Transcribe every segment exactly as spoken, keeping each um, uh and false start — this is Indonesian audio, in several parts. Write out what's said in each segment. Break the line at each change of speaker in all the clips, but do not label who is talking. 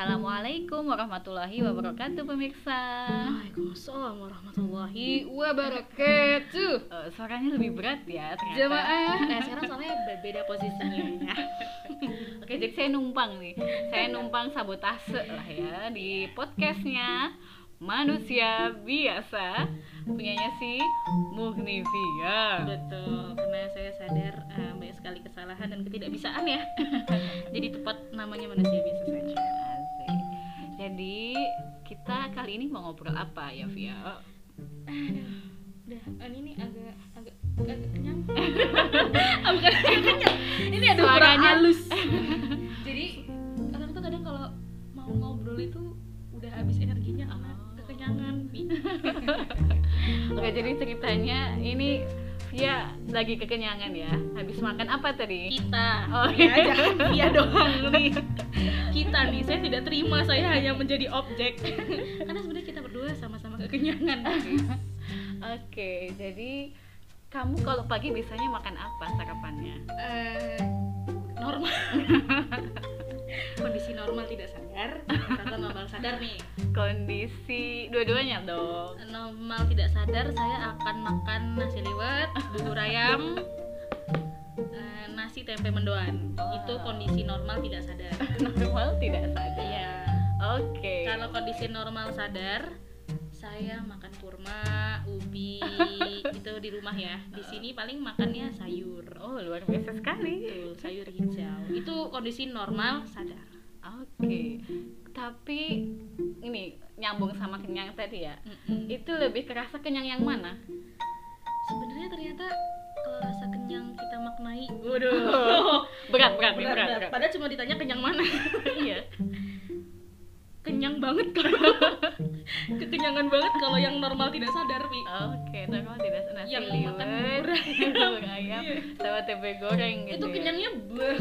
Assalamualaikum warahmatullahi wabarakatuh pemirsa.
Waalaikumsalam warahmatullahi wabarakatuh.
Uh, suaranya lebih berat ya ternyata.
Jamaah. Nah sekarang soalnya berbeda posisinya ya.
Oke, jadi saya numpang nih. Saya numpang sabotase lah ya di podcastnya Manusia Biasa, punyanya si Muhnifia.
Betul, karena saya sadar uh, banyak sekali kesalahan dan ketidakbisaan ya. Jadi tepat namanya Manusia Biasa saja.
Asik. Jadi kita kali ini mau ngobrol apa ya, Via?
Aduh, udah, ini nih agak agak agak kenyang. Ah, bukan agak kenyang. Ini ada kurang halus. Jadi orang tuh kadang kalau mau ngobrol itu udah habis energinya karena kekenyangan.
Oke, jadi ceritanya ini Via lagi kekenyangan ya. Habis makan apa tadi?
Kita.
Oh
ya, jangan Via doang nih. Kita nih, saya tidak terima saya hanya menjadi objek. Karena sebenarnya kita berdua sama-sama kekenyangan.
Oke, jadi kamu kalau pagi biasanya makan apa sarapannya?
Uh, normal. Kondisi normal tidak sadar atau normal sadar nih?
Kondisi dua-duanya dong.
Normal tidak sadar saya akan makan nasi liwet, bubur ayam, uh, nasi tempe mendoan.
Oh.
Itu kondisi normal tidak sadar.
Normal tidak sadar.
Iya.
Oke. Okay.
Kalau kondisi normal sadar, saya makan kurma, ubi itu di rumah ya. Di sini paling makannya sayur.
Oh, luar biasa sekali.
Betul, sayur hijau. Itu kondisi normal sadar.
Oke. Okay. Tapi ini nyambung sama kenyang tadi ya.
Mm-mm.
Itu lebih kerasa kenyang yang mana?
Sebenarnya ternyata kalau rasa kenyang kita maknai,
waduh. berat, berat, berat, berat,
berat,
berat.
Padahal cuma ditanya kenyang mana.
Iya.
Kenyang banget kalau kekenyangan banget kalau yang normal tidak sadar, Pi.
Oke, okay, normal tidak sadar.
Yang
nasi
makan
liwet, bubur ayam, sama tempe goreng gitu.
Itu
ya?
kenyangnya bleh.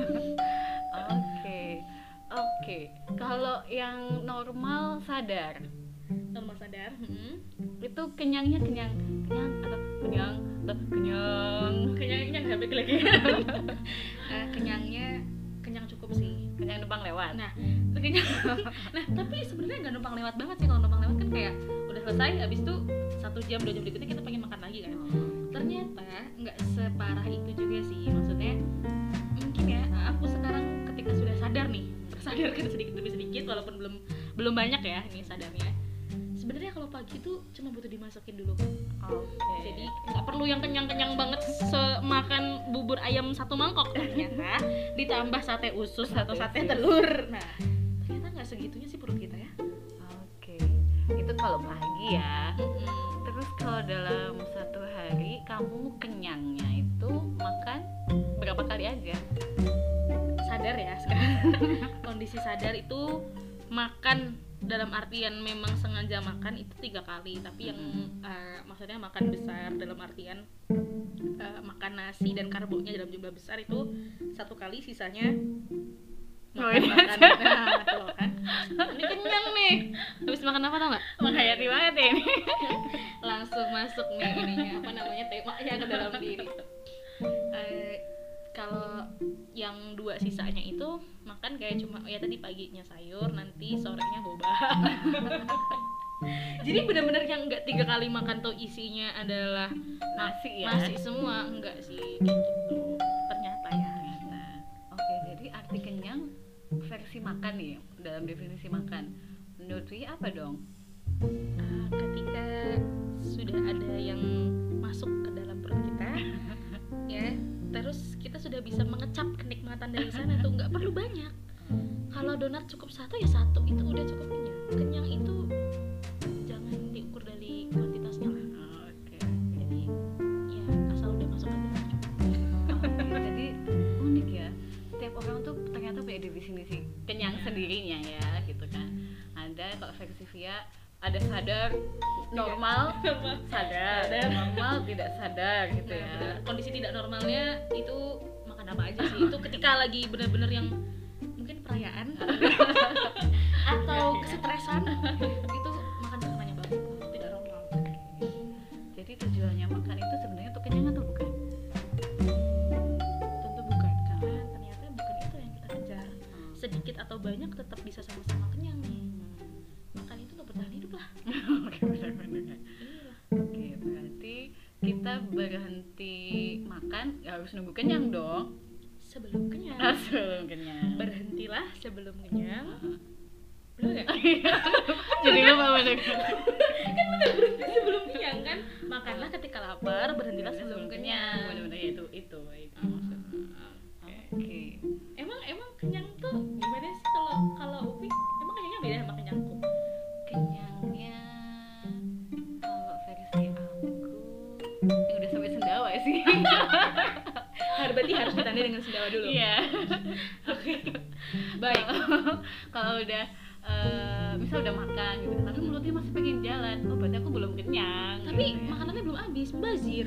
Oke. Oke. Kalau yang normal sadar.
Normal sadar, hmm.
Itu kenyangnya kenyang kenyang atau kenyang atau kenyang
kenyang kenyang sampai lagi. uh, kenyangnya kenyang cukup sih.
Kenyang numpang lewat.
Nah, kenyang. Nah, tapi sebenarnya nggak numpang lewat banget sih. Kalau numpang lewat kan kayak udah selesai, habis itu satu jam dua jam berikutnya kita pengen makan lagi kan. Ternyata nggak separah itu juga sih. Maksudnya mungkin ya aku sekarang ketika sudah sadar nih, tersadar kan sedikit demi sedikit walaupun belum belum banyak ya ini sadarnya. Sebenarnya kalau pagi tuh cuma butuh dimasukin dulu.
Oke. Okay.
Jadi nggak perlu yang kenyang-kenyang banget semakan bubur ayam satu mangkok ternyata ditambah sate usus atau sate telur. Nah, ternyata nggak segitunya sih perut kita ya.
Oke. Okay. Itu kalau pagi ya.
Mm-hmm.
Terus kalau dalam satu hari kamu kenyangnya itu makan berapa kali aja?
Sadar ya sekarang. Kondisi sadar itu makan dalam artian memang sengaja makan itu tiga kali, tapi yang uh, maksudnya makan besar dalam artian uh, makan nasi dan karbonya dalam jumlah besar itu satu kali, sisanya makan makan. Nah, tuh kan. Ini kenyang nih. Habis makan apa tau nggak?
Menghayati banget ya ini.
Langsung masuk nih ininya apa namanya temanya ke dalam diri. Uh, kalau yang dua sisanya itu makan kayak cuma ya tadi paginya sayur, nanti sorenya boba. Jadi benar-benar yang enggak tiga kali makan tuh isinya adalah
nasi ya.
Nasi semua enggak sih gitu. Ternyata ya.
Ternyata. Oke, jadi arti kenyang versi makan nih dalam definisi makan. Menurut Wi apa dong?
Uh, ketika sudah ada yang masuk ke dalam perut kita ya, terus kita sudah bisa mengecap kenikmatan dari sana tuh nggak perlu banyak. Kalau donat cukup satu ya satu, itu udah cukup kenyang. Kenyang itu jangan diukur dari kuantitasnya lah.
Oke.
Jadi ya asal udah masuk aja.
Oke, jadi unik ya. Setiap orang tuh ternyata punya definisi kenyang sendirinya ya, gitu kan. Ada kalau versi Via ada sadar, normal, sadar,
Sadar.
normal, tidak sadar gitu
Nah,
ya.
bener. Kondisi tidak normalnya itu makan apa aja sih? Itu ketika lagi benar-benar yang mungkin perayaan atau kesetresan itu makan makanannya bagus, tidak normal.
Jadi tujuannya makan itu sebenarnya untuk kenyang atau bukan?
Tentu bukan, karena ternyata bukan itu yang kita kejar. Sedikit atau banyak tetap bisa sama-sama
Oke, benar-benar. Oke, berarti kita berhenti makan ya harus nunggu kenyang dong.
Sebelum kenyang.
Ah, sebelum kenyang.
Berhentilah sebelum kenyang.
Ah.
Bener nggak?
Jadi lupa bener.
Kan bener, berhenti sebelum kenyang kan. Makanlah ketika lapar, berhentilah sebelum kenyang.
Bener-bener itu itu itu maksudnya. Oke.
Emang emang kenyang tuh gimana sih kalau kalau Upi? Emang kenyangnya beda sama kenyangku?
Kenyangnya kalau versi aku yang udah sampai sendawa sih.
Harus berarti harus ditandai dengan sendawa dulu.
Iya.
Oke. Baik.
Kalau udah uh, misal udah makan gitu, tapi mulutnya masih pengen jalan, oh berarti aku belum kenyang.
Tapi
gitu ya.
makanannya belum habis, bazir.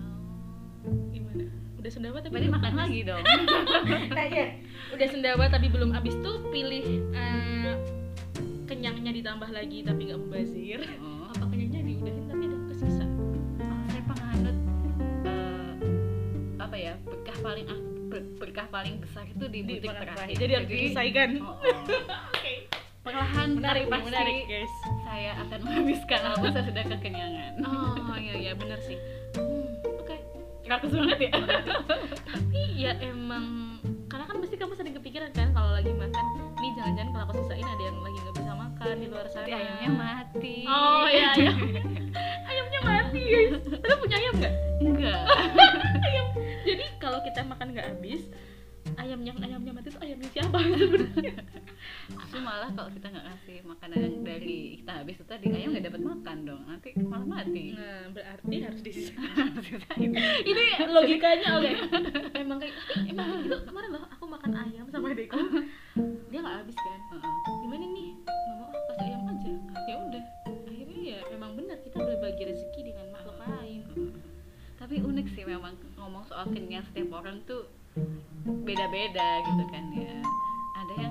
Oh.
Gimana? Udah sendawa tapi
Berarti
belum
makan
habis.
lagi dong.
Nah ya, udah sendawa tapi belum habis tuh pilih uh, kenyangnya ditambah lagi tapi nggak membazir.
Oh.
Apa kenyangnya diudahin tapi ada kesisa?
Oh, saya penganut uh, apa ya berkah paling ah, ber- berkah paling besar itu di butik
makan
terakhir.
Jadi harus diselesaikan.
Oh, oh.
Oke.
Perlahan
Menarik,
tapi
nih,
pasti
menarik guys.
saya akan menghabiskan walaupun saya sudah kekenyangan.
Oh iya iya benar sih. Hmm, Oke.
Rakus banget ya.
Tapi ya emang karena kan pasti kamu sering kepikiran kan kalau lagi makan nih jangan-jangan kalau aku sisain ada yang lagi nggak bisa makan di luar sana.
Nanti ayamnya mati.
Oh iya iya. Ayamnya mati guys. Terus punya ayam nggak?
Enggak.
Ayam. Jadi kalau kita makan nggak habis, ayam yang ayamnya mati itu ayamnya siapa sebenarnya?
Aku malah kalau kita nggak ngasih makanan yang dari kita habis itu tadi ayam nggak dapat makan dong, nanti malah mati.
Nah berarti harus disisain.
Sisain.
Ini logikanya oke. Emang kayak tapi emang kayak gitu kemarin loh aku makan ayam sama adekku dia nggak habis kan.
Heeh.
Gimana nih nggak mau ah kasih ayam aja. Ya udah akhirnya ya memang benar kita berbagi rezeki dengan makhluk lain.
Tapi unik sih memang ngomong soal kenyang setiap orang tuh beda-beda gitu kan ya. Ada yang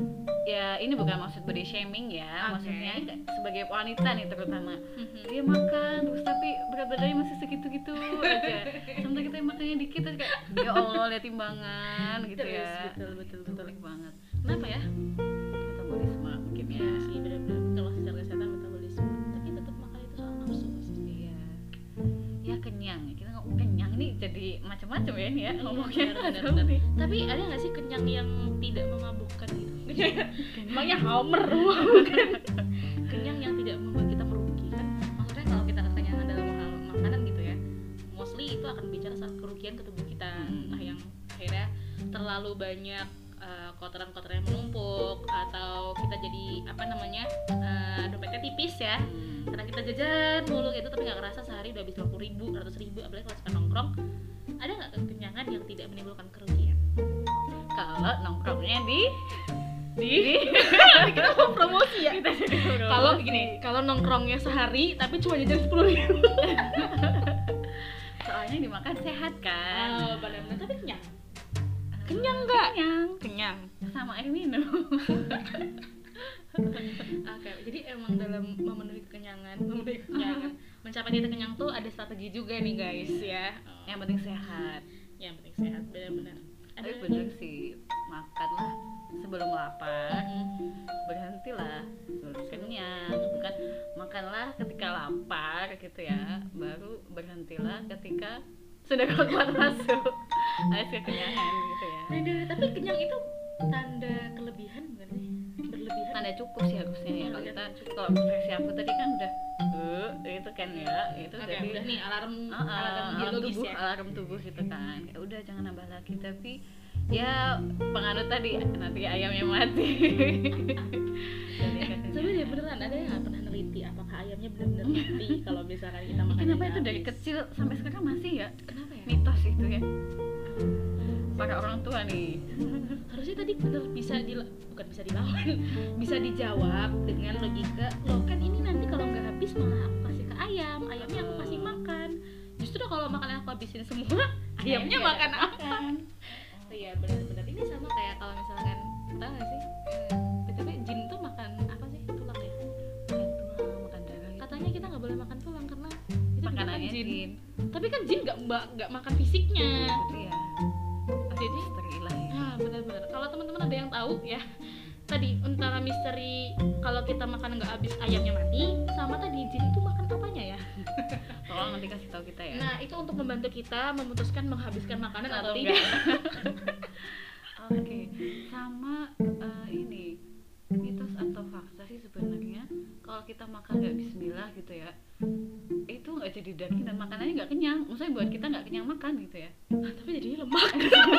ya ini bukan maksud body shaming ya,
Okay.
maksudnya sebagai wanita nih terutama
Mhm.
dia makan terus tapi berat badannya masih segitu-gitu aja. Sementara kita yang makannya dikit terus kayak ya Allah lihat timbangan gitu
Terus,
ya.
betul betul betul.
Unik banget.
Kenapa ya?
Metabolisme mungkin ya.
Iya sih benar-benar kalau secara kesehatan metabolisme. Tapi tetap makan itu soal nafsu sih.
Iya. Ya kenyang. Kita ngomong kenyang nih jadi macam-macam ya ini ya ngomongnya.
Benar, benar, benar. Tapi ada nggak sih kenyang yang tidak memabukkan gitu? Emangnya Homer bukan? Kenyang yang tidak membuat kita merugi kan? Maksudnya kalau kita kekenyangan dalam hal makanan gitu ya, mostly itu akan bicara soal kerugian ke tubuh kita.
Hmm.
Nah yang akhirnya terlalu banyak uh, kotoran-kotoran yang menumpuk atau kita jadi apa namanya uh, dompetnya tipis ya.
Hmm.
Karena kita jajan mulu gitu tapi nggak kerasa sehari udah habis lima puluh ribu, seratus ribu, apalagi kalau suka nongkrong. Ada nggak kekenyangan yang tidak menimbulkan kerugian?
Kalau nongkrongnya di
Di kita mau promosi ya.
kita jadi promosi.
Kalau gini, kalau nongkrongnya sehari tapi cuma jajan sepuluh ribu.
soalnya dimakan sehat kan.
Oh, benar-benar tapi kenyang. Kenyang nggak?
Kenyang
Kenyang.
sama air minum.
Oke, jadi emang dalam memenuhi kekenyangan, memenuhi kekenyangan, mencapai titik kenyang tuh ada strategi juga nih guys ya.
Yang penting sehat.
Yang penting sehat, benar-benar.
Tapi bener sih, makanlah sebelum lapar, berhentilah sebelum kenyang. Bukan makanlah ketika lapar gitu ya, baru berhentilah ketika sudah kuat masuk alias kekenyangan gitu ya.
Aduh, tapi kenyang itu tanda kelebihan bukan sih? Berlebihan.
Tanda cukup sih harusnya ya. Kalau kita, kalau versi aku tadi kan udah uh, itu kan ya, itu
Oke,
jadi
udah nih alarm
Uh, uh,
alarm
alarm
biologis
tubuh,
ya.
alarm tubuh gitu kan. Ya udah jangan nambah lagi, tapi ya penganut tadi nanti ayamnya mati. Jadi
Eh,
katanya,
tapi deh beneran ada yang nggak pernah neliti apakah ayamnya benar-benar mati kalau misalkan kita makan.
kenapa itu dari kecil sampai sekarang masih ya
Kenapa ya?
mitos itu ya para orang tua nih.
Harusnya tadi bener bisa di bukan bisa dilawan, bisa dijawab dengan logika. Loh kan ini nanti kalau nggak habis malah aku kasih ke ayam, ayamnya aku kasih makan. Justru kalau makan aku habisin semua, ayamnya makan apa? Oh iya benar-benar ini sama kayak kalau misalkan tahu nggak sih? B T W jin tuh makan apa sih? Tulang ya?
Makan tulang, makan darah gitu.
Katanya kita nggak boleh makan tulang karena itu
Makanannya
dimakan
jin.
Tapi kan jin nggak mbak nggak makan fisiknya.
Itu ya.
Jadi
Jadi terilah ya.
nah benar-benar kalau teman-teman ada yang tahu ya tadi antara misteri kalau kita makan nggak habis ayamnya mati, sama tadi jin itu makan apanya ya?
Tolong nanti kasih tahu kita ya.
Nah itu untuk membantu kita memutuskan menghabiskan makanan atau,
Atau
tidak.
Oke, sama eh, ini mitos atau fakta sih sebenarnya kalau kita makan nggak bismillah gitu ya, itu nggak jadi daging dan makanannya nggak kenyang. Maksudnya buat kita nggak kenyang makan gitu ya.
Nah, tapi jadinya lemak.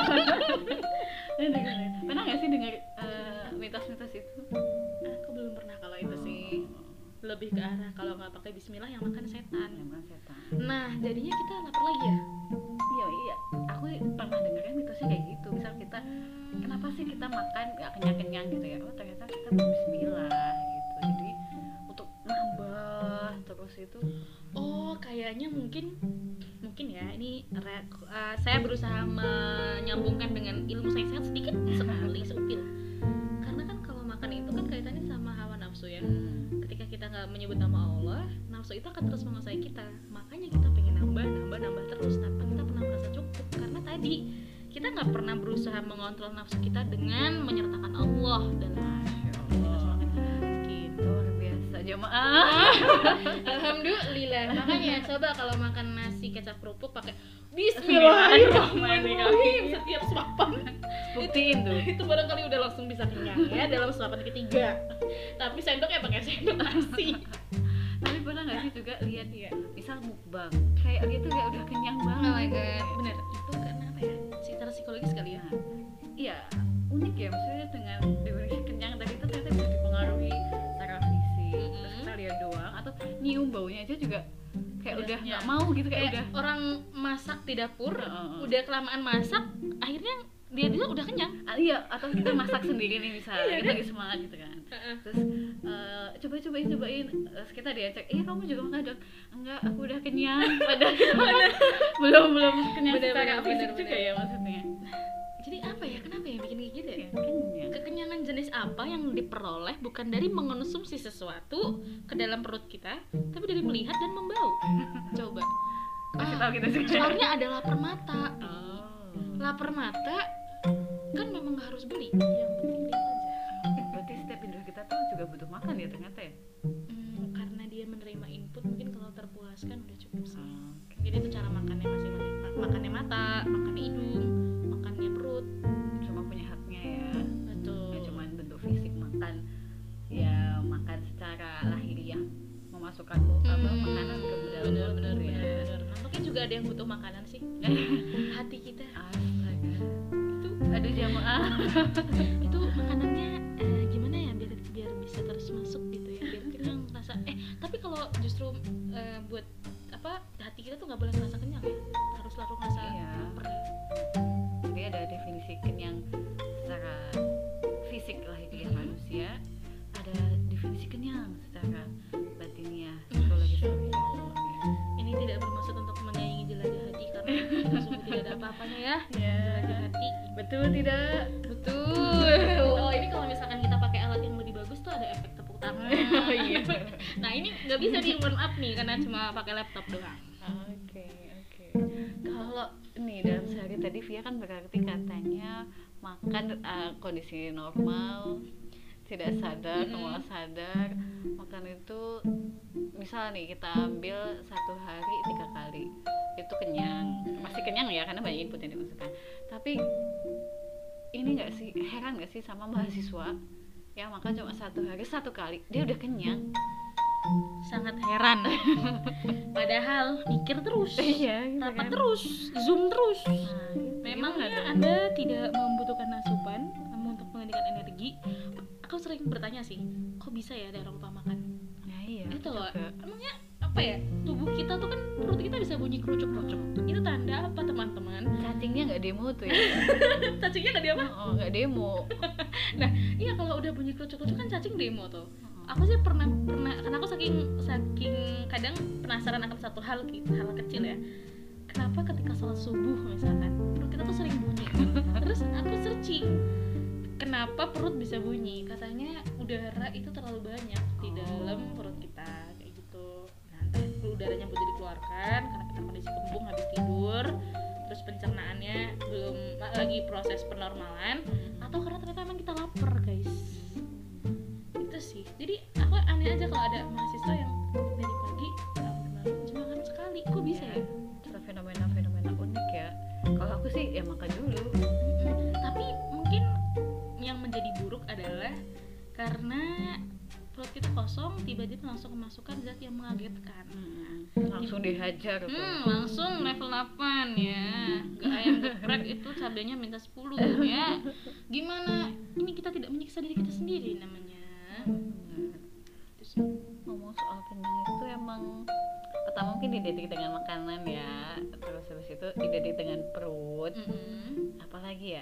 Pernah nggak sih dengar eh, mitos-mitos itu?
Aku belum pernah kalau itu sih. Lebih ke arah kalau nggak pakai bismillah yang makan setan.
Yang makan setan.
Nah jadinya kita lapar lagi ya.
Iya iya, aku pernah dengarnya mitosnya kayak gitu. Misal kita, kenapa sih kita makan nggak kenyang-kenyang gitu ya? Oh ternyata kita bismillah gitu. Jadi untuk nambah terus itu.
Oh kayaknya mungkin mungkin ya ini re- uh, saya berusaha menyambungkan dengan ilmu saya saya sedikit sekali seupil. Karena kan kalau makan itu kan kaitannya sama hawa nafsu ya. Ketika kita nggak menyebut nama Allah, nafsu itu akan terus menguasai kita. Makanya kita pengen nambah, nambah, nambah terus tanpa kita pernah merasa cukup. Karena tadi kita nggak pernah berusaha mengontrol nafsu kita dengan menyertakan Allah dalam
Allah, gitu luar biasa jamaah.
Alhamdulillah. Makanya coba kalau makan nasi kecap kerupuk pakai
Bismillahirrahmanirrahim
Bismillahirrahmanirrahim setiap suapan.
Buktiin tuh.
Itu barangkali udah langsung bisa kenyang ya dalam suapan ketiga. Tapi sendoknya pakai sendok nasi.
Tapi pernah nggak sih juga lihat ya, misal mukbang kayak gitu kayak udah kenyang banget.
Oh my god, bener. Itu karena apa ya? Secara psikologis kali ya.
Nah, iya unik ya, maksudnya dengan definisi kenyang tadi itu ternyata bisa dipengaruhi secara fisik.
Mm-hmm.
Terus kita lihat doang atau nyium baunya aja juga kayak
Udah
udah nggak
kenyang.
mau gitu, kayak,
Kayak
udah
orang masak di dapur,
Heeh.
udah kelamaan masak, akhirnya dia dia udah kenyang.
ah, iya, atau kita masak sendiri nih misalnya
Iya,
kita
kan?
lagi semangat gitu kan.
Heeh.
Terus eh, coba cobain cobain terus kita diajak, eh kamu juga makan dong? Enggak, aku udah kenyang. Padahal kita makan belum belum kenyang
Bener,
secara
bener,
fisik
bener,
juga
bener.
ya maksudnya.
Jadi apa ya? Kenapa ya bikin kayak gitu ya?
Ya, kenyang.
Kekenyangan jenis apa yang diperoleh bukan dari mengonsumsi sesuatu ke dalam perut kita, tapi dari melihat dan membau. Coba.
Kasih
Ah,
tahu kita juga.
soalnya ada lapar mata.
Oh.
Lapar mata kan memang nggak harus beli, yang penting lihat aja.
Berarti setiap indera kita tuh juga butuh makan ya ternyata ya.
Hmm, karena dia menerima input, mungkin kalau terpuaskan udah cukup sih.
Oke.
Jadi itu cara makannya masing-masing. Ma- Makannya mata, makannya hidung, makannya perut.
Cuma punya haknya ya.
Betul.
Nggak cuma bentuk fisik makan, ya makan secara lahiriah memasukkan apa
Hmm,
makanan ke dalam
bener,
mulut
bener,
gitu ya.
bener, bener. Nampaknya juga ada yang butuh makanan sih. Hati kita
Astaga.
itu
Aduh jamaah.
itu makanannya eh, gimana ya biar biar bisa terus masuk gitu ya, biar kenyang rasa. Eh tapi kalau justru eh, buat apa hati kita tuh nggak boleh ngerasa kenyang ya, harus selalu ngerasa
Iya.
lapar.
Jadi ada definisi kenyang secara fisik lahiriah
Mhm.
manusia, ada definisi kenyang secara batiniah psikologis manusia.
Ini tidak bermaksud untuk menyaingi jelajah hati karena sungguh tidak ada apa-apanya ya.
Ya.
Jelajah hati.
Betul tidak?
Betul. Oh ini kalau misalkan kita pakai alat yang lebih bagus tuh ada efek tepuk tangan.
Oh, iya.
Nah ini nggak bisa di warm up nih karena cuma pakai laptop doang.
Oke, oke. Kalau nih dalam sehari tadi Via kan berarti katanya makan uh, kondisi normal, tidak sadar,
Mm-mm.
malah sadar, makan itu misal nih kita ambil satu hari tiga kali itu kenyang, masih kenyang ya karena banyak input yang dimasukkan. Tapi ini nggak sih, heran nggak sih sama mahasiswa yang makan cuma satu hari satu kali dia udah kenyang?
Sangat heran. Padahal mikir terus,
Iya,
rapat terus, zoom terus.
Nah, gitu.
Memangnya
Gimana tuh?
Anda tidak membutuhkan asupan namun untuk mengalihkan energi? Aku sering bertanya sih, kok bisa ya ada orang lupa makan?
Nah, iya.
Itu loh,
juga.
emangnya apa ya? Tubuh kita tuh kan perut kita bisa bunyi kerucuk-kerucuk. Itu tanda apa teman-teman?
Cacingnya nggak demo tuh ya?
Cacingnya nggak dia apa?
Oh, nggak demo.
Iya kalau udah bunyi kerucuk-kerucuk kan cacing demo tuh. Aku sih pernah pernah karena aku saking saking kadang penasaran akan satu hal gitu, hal kecil ya. Kenapa ketika sholat subuh misalkan perut kita tuh sering bunyi? Terus aku searching kenapa perut bisa bunyi? Katanya udara itu terlalu banyak di dalam perut kita kayak gitu. Nah, entah itu udaranya butuh dikeluarkan karena kita kondisi kembung habis tidur, terus pencernaannya belum lagi proses penormalan, atau karena ternyata emang kita lapar guys. aneh aja kalau ada mahasiswa yang dari pagi sampai cuma makan sekali, kok bisa ya?
Itu fenomena-fenomena unik ya. Kalau aku sih ya makan dulu.
Mm-mm. Tapi mungkin yang menjadi buruk adalah karena perut kita kosong, tiba-tiba langsung kemasukan zat yang mengagetkan.
Hmm, langsung dihajar tuh.
Hmm, langsung level delapan ya. Gak ayam geprek itu cabenya minta sepuluh ya. Gimana? Ini kita tidak menyiksa diri kita sendiri namanya.
Hmm.
Terus
Ngomong soal kenyang itu emang pertama mungkin identik dengan makanan ya, terus habis itu identik dengan perut.
mm-mm.
Apalagi ya?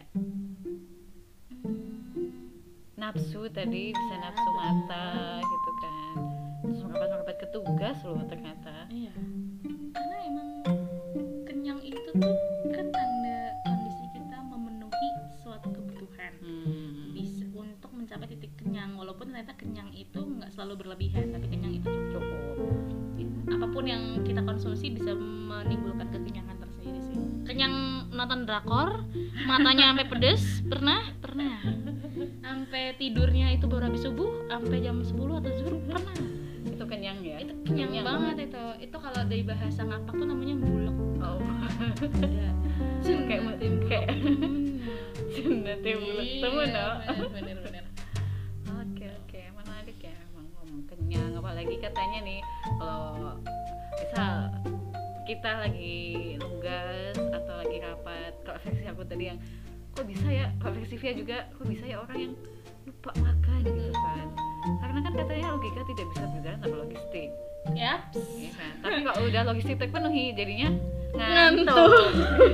Hmm,
Nafsu tadi bisa nafsu mata gitu kan. Terus merapat-merapat ke tugas loh ternyata.
iya. Karena emang kenyang itu tuh kan tanda kondisi kita memenuhi suatu kebutuhan.
Hmm.
Bisa untuk mencapai titik kenyang, walaupun ternyata kenyang itu nggak selalu berlebihan, tapi kenyang itu cukup. Apapun yang kita konsumsi bisa menimbulkan kekenyangan tersendiri sih. Kenyang nonton drakor, matanya sampai pedes, pernah? Pernah. Sampai tidurnya itu baru habis subuh, sampai jam sepuluh atau zuhur, pernah.
Itu kenyang ya?
Itu kenyang, banget itu. Itu kalau dari bahasa ngapak tuh namanya bulek.
Oh.
Ada.
kayak kayak Sunnati bulek temen
Iya,
no?
bener-bener.
Oke oke, menarik ya emang ngomong kenyang. Apalagi katanya nih kalau misal kita lagi nugas atau lagi rapat, kalau versi aku tadi yang kok bisa ya, kalau versi Via juga kok bisa ya orang yang lupa makan gitu kan. Karena kan katanya logika tidak bisa berjalan tanpa logistik.
Yaps.
Ya kan? Tapi kalau udah logistik terpenuhi jadinya
Ngantuk.
ngantuk.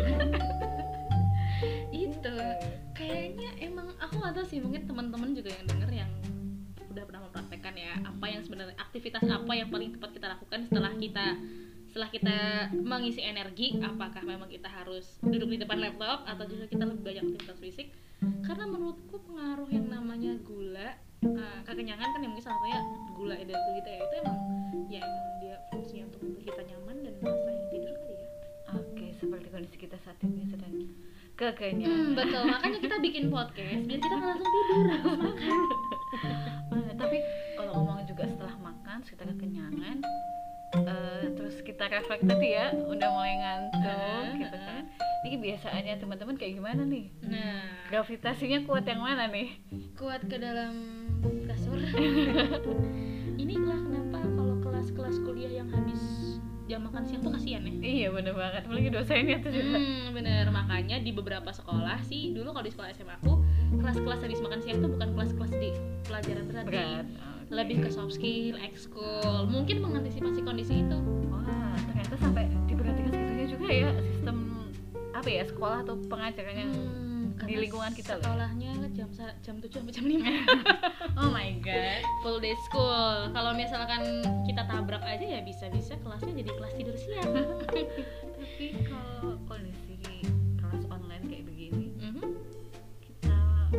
Itu kayaknya emang aku nggak tahu sih, mungkin teman-teman juga yang denger yang udah pernah mempraktekkan ya apa yang sebenarnya aktivitas apa yang paling tepat kita lakukan setelah kita setelah kita mengisi energi. Apakah memang kita harus duduk di depan laptop atau justru kita lebih banyak aktivitas fisik? Karena menurutku pengaruh yang namanya gula, uh, kekenyangan kan yang mungkin salah satunya gula dari tubuh kita ya, itu emang ya emang dia fungsinya untuk membuat kita nyaman dan merasa yang tidur kali ya.
Oke, seperti kondisi kita saat ini sedang kekenyangan.
Hmm, betul, makanya kita bikin podcast biar kita nggak langsung tidur habis makan.
Nah, tapi kalau ngomong juga setelah makan kita kekenyangan, uh, terus kita refleks tadi ya udah mulai ngantuk
Uh,
gitu kan. Ini biasaannya teman-teman kayak gimana nih?
Nah,
Gravitasinya kuat yang mana nih?
kuat ke dalam kasur. Inilah kenapa kalau kelas-kelas kuliah yang habis jam makan siang tuh kasihan ya.
Iya bener banget, apalagi dosennya tuh juga.
Hmm, bener, makanya di beberapa sekolah sih, dulu kalau di sekolah S M A aku, kelas-kelas habis makan siang tuh bukan kelas-kelas di pelajaran berat,
Berat.
nih.
Oke.
Lebih ke soft skill, ekskul, mungkin mengantisipasi kondisi itu.
Wah, ternyata sampai diperhatikan segitunya juga ya sistem apa ya sekolah atau pengajaran yang
Hmm,
di
karena
lingkungan kita loh.
sekolahnya jam sa- jam tujuh sampai jam lima.
Oh my god.
Full day school. Kalau misalkan kita tabrak aja ya bisa-bisa kelasnya jadi kelas tidur siang.
Tapi kalau kondisi kelas online kayak begini,
Mhm.
kita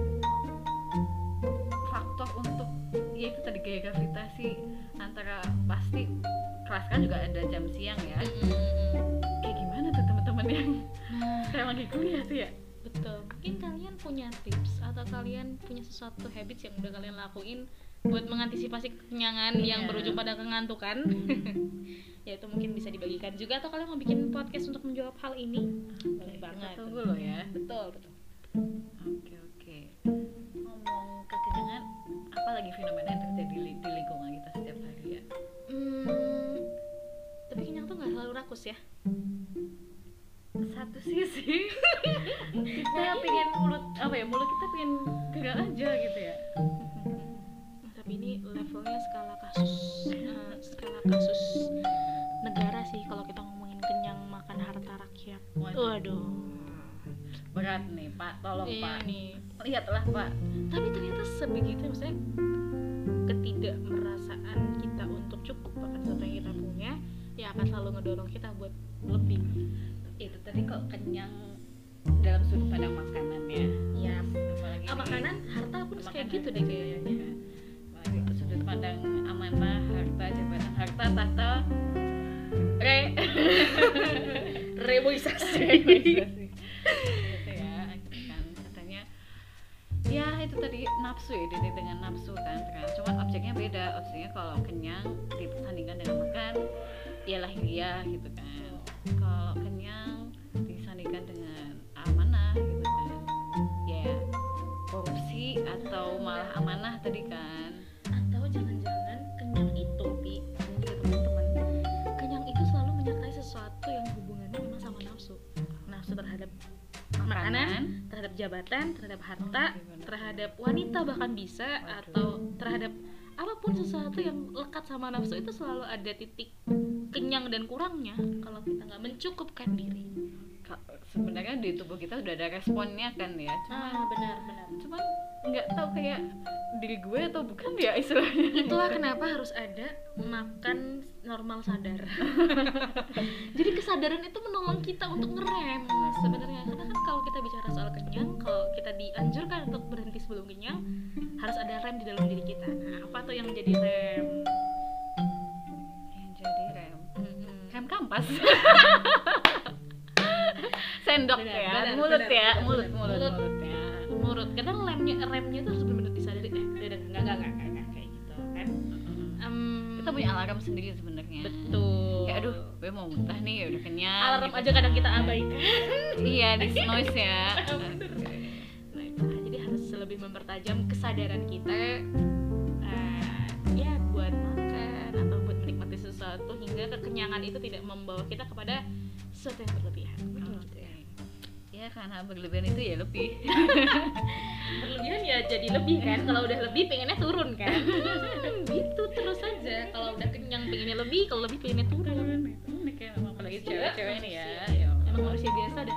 faktor untuk ya itu tadi gaya gravitasi antara pasti kelas kan juga ada jam siang ya.
Mm-mm.
Kayak gimana tuh teman-teman yang
Nah,
kayak lagi kuliah tuh ya?
betul. Mungkin kalian punya tips atau kalian punya sesuatu habits yang udah kalian lakuin buat mengantisipasi kekenyangan
Iya.
yang berujung pada kengantukan. Ya itu mungkin bisa dibagikan juga, atau kalian mau bikin podcast untuk menjawab hal ini. Boleh
Kita
banget.
tunggu loh ya.
Betul, betul.
Oke oke. Ngomong kekenyangan, apa lagi fenomena yang terjadi li- di lingkungan kita setiap hari ya?
Hmm, tapi kenyang tuh nggak selalu rakus ya.
Satu sisi kita pengen mulut apa ya mulut kita pengen gerak aja gitu ya.
Nah, tapi ini levelnya skala kasus, eh, skala kasus negara sih kalau kita ngomongin kenyang makan harta rakyat. Waduh.
Berat nih Pak, tolong
Iya
Pak.
nih.
Lihatlah Pak.
Tapi ternyata sebegitu, maksudnya ketidakmerasaan kita untuk cukup akan sesuatu yang kita punya ya akan selalu ngedorong kita buat lebih.
Itu tadi kok kenyang dalam sudut pandang makanan ya.
Ya.
Apalagi
Ah,
di-
makanan, harta pun kayak
makanan.
gitu deh kayaknya.
Ya. Apalagi ke sudut pandang amanah, harta, jabatan, harta, tahta, re.
Reboisasi.
Gitu ya, kan katanya ya itu tadi nafsu ya, identik dengan nafsu kan, kan cuma objeknya beda. Objeknya kalau kenyang disandingkan dengan makan ya lahiriah gitu kan, kalau kenyang disandingkan dengan amanah gitu kan ya korupsi atau malah amanah tadi kan.
Atau jangan-jangan kenyang itu Pi,
Gitu teman-teman.
kenyang itu selalu menyertai sesuatu yang hubungannya memang sama nafsu, nafsu terhadap makanan, terhadap jabatan, terhadap harta,
Oh, gimana?
terhadap wanita bahkan bisa,
Waduh.
atau terhadap apapun sesuatu yang lekat sama nafsu itu selalu ada titik kenyang dan kurangnya kalau kita nggak mencukupkan diri.
Ka- sebenarnya di tubuh kita udah ada responnya kan ya, cuma
Ah benar benar.
cuman nggak tahu kayak diri gue atau bukan ya istilahnya.
Itulah kenapa harus ada makan normal sadar. Jadi kesadaran itu menolong kita untuk ngerem sebenarnya, karena kan kalau kita bicara soal kenyang, kalau kita dianjurkan untuk berhenti sebelum kenyang, harus ada rem di dalam diri kita. Nah, apa tuh yang menjadi rem?
Yang jadi rem
Mm-mm.
rem kampas. Sendok
Benar,
ya,
benar,
mulut
benar,
ya,
benar,
mulut,
benar.
mulut,
Mulut.
mulut ya.
Menurut kadang remnya remnya itu harus benar-benar disadari. Eh, udah, udah, enggak, enggak, enggak, enggak, kayak gitu kan. Em,
Kita punya alarm sendiri sebenarnya.
betul.
Kayak aduh, gue mau muntah nih, ya udah kenyang.
Alarm
gitu
aja kadang kita
kan.
abaikan.
Iya, di noise ya.
Nah, itu lah. Jadi harus lebih mempertajam kesadaran kita, eh, ya buat makan atau buat menikmati sesuatu hingga kekenyangan itu tidak membawa kita kepada sesuatu yang berlebihan. Gitu ya.
Ya karena berlebihan itu ya lebih.
Berlebihan ya jadi lebih kan. Kalau udah lebih pengennya turun kan. Hmm, gitu terus aja. Kalau udah kenyang pengennya lebih, kalau lebih pengennya turun.
Unik ya, apalagi cewek-cewek ini ya.
Emang manusia biasa dah.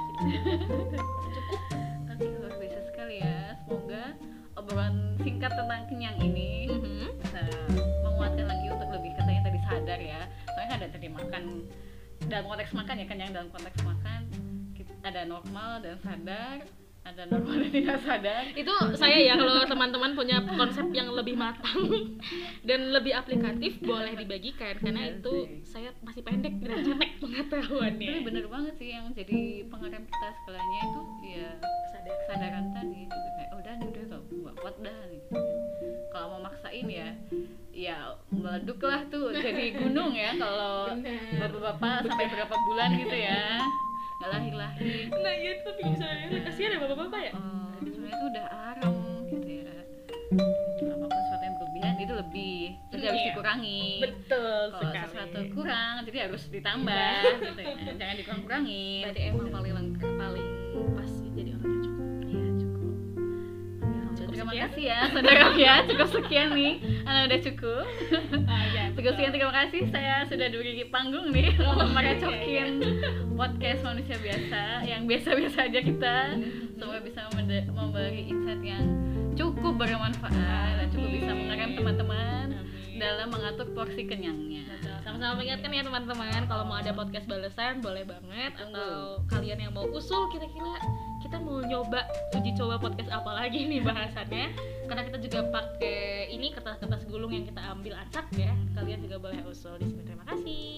Oke, luar biasa sekali ya. Semoga obrolan singkat tentang kenyang ini
Mhm.
bisa menguatkan lagi untuk lebih katanya tadi sadar ya. Soalnya kan ada tadi makan dalam konteks makan ya, kenyang dalam konteks makan kita- ada normal dan sadar, ada normal dan tidak sadar.
Itu saya ya, kalau teman-teman punya konsep yang lebih matang dan lebih aplikatif boleh dibagikan, karena
Iya
itu
sih.
saya masih pendek dan cetek pengetahuannya.
Tapi bener banget sih yang jadi pengerem kita segalanya itu ya
Sadar.
kesadaran tadi gitu, kayak oh udah nih udah gak gak kuat dah nih. Kalau mau maksain ya ya meleduk lah tuh jadi gunung ya kalau
Benar.
bapak-bapak sampai berapa bulan gitu ya nggak lahir-lahir.
Nah iya, tapi misalnya kasihan ya bapak-bapak ya.
Oh, sebenarnya itu udah aram gitu ya. Apapun sesuatu yang berlebihan itu lebih, jadi harus
Iya.
dikurangi.
Betul
Kalau
sekali.
sesuatu kurang, jadi harus ditambah gitu ya. Jangan dikurang-kurangin.
Berarti emang paling lengkap, paling pas jadi orang yang cukup.
Iya cukup.
Cukup
Terima
sekian?
kasih ya saudara ya, cukup sekian nih. Anda udah cukup.
Ah, ya,
Cukup sekian, terima kasih. Saya sudah diberi panggung nih
Oh,
untuk
iya,
merecokin podcast manusia biasa yang biasa-biasa aja kita. Semoga bisa mende- memberi insight yang cukup bermanfaat dan cukup bisa mengerem teman-teman
Amin.
dalam mengatur porsi kenyangnya.
Betul. Sama-sama mengingatkan ya teman-teman, kalau mau ada podcast balasan boleh banget,
Tunggu.
atau kalian yang mau usul kira-kira kita mau nyoba uji coba podcast apa lagi nih bahasannya, karena kita juga pakai ini kertas-kertas gulung yang kita ambil acak ya, kalian juga boleh usul di sini. Terima kasih.